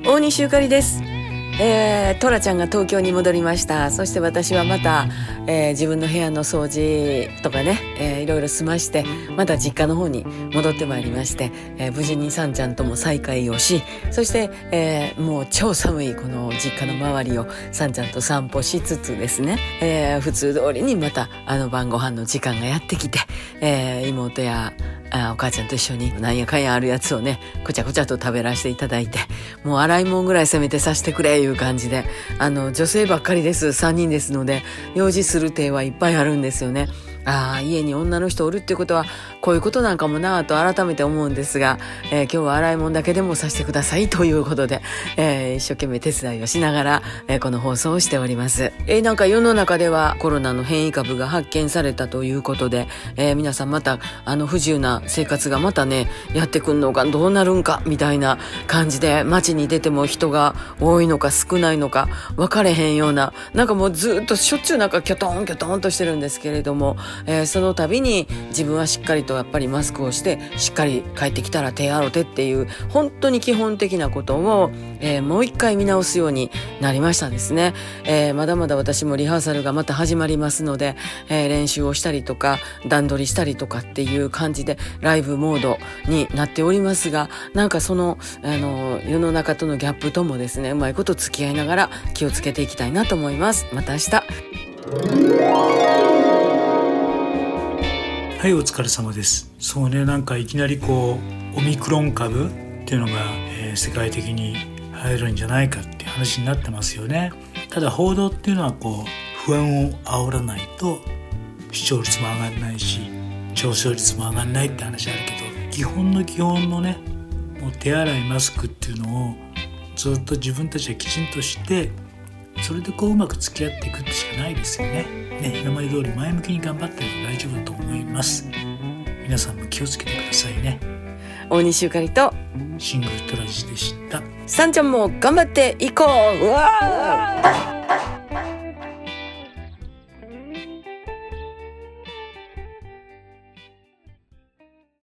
大西ゆかりです。トラちゃんが東京に戻りました。そして私はまた、自分の部屋の掃除とかね、いろいろ済ましてまた実家の方に戻ってまいりまして、無事にさんちゃんとも再会をし、そして、もう超寒いこの実家の周りをさんちゃんと散歩しつつですね、普通通りにまた晩ご飯の時間がやってきて、妹やお母ちゃんと一緒になんやかんやあるやつをねこちゃこちゃと食べらせていただいて、もう洗い物ぐらいせめてさせてくれいう感じで、女性ばっかりです。3人ですので用事する手はいっぱいあるんですよね。家に女の人おるっていうことはこういうことなんかもなぁと改めて思うんですが、今日は洗い物だけでもさせてくださいということで、一生懸命手伝いをしながら、この放送をしております。なんか世の中ではコロナの変異株が発見されたということで、皆さんまた不自由な生活がまたねやってくんのかどうなるんかみたいな感じで、街に出ても人が多いのか少ないのか分かれへんような、なんかもうずっとしょっちゅうなんかキョトンキョトンとしてるんですけれども、その度に自分はしっかりとやっぱりマスクをしてしっかり帰ってきたら手洗ってっていう本当に基本的なことを、もう一回見直すようになりましたですね。まだまだ私もリハーサルがまた始まりますので、練習をしたりとか段取りしたりとかっていう感じでライブモードになっておりますが、なんかその世の中とのギャップともですねうまいこと付き合いながら気をつけていきたいなと思います。また明日。 はい、お疲れ様です。そうね、なんかいきなりオミクロン株っていうのが、世界的に流行るんじゃないかっていう話になってますよね。ただ報道っていうのは不安を煽らないと視聴率も上がらないし上昇率も上がらないって話あるけど、基本のね、もう手洗いマスクっていうのをずっと自分たちはきちんとして、それでうまく付き合っていくってしかないですよね。今まで通り前向きに頑張っていれば大丈夫だと思います。皆さんも気をつけてくださいね。 大西ゆかりとシングルトラジでした。 さんちゃんも頑張っていこう。うわー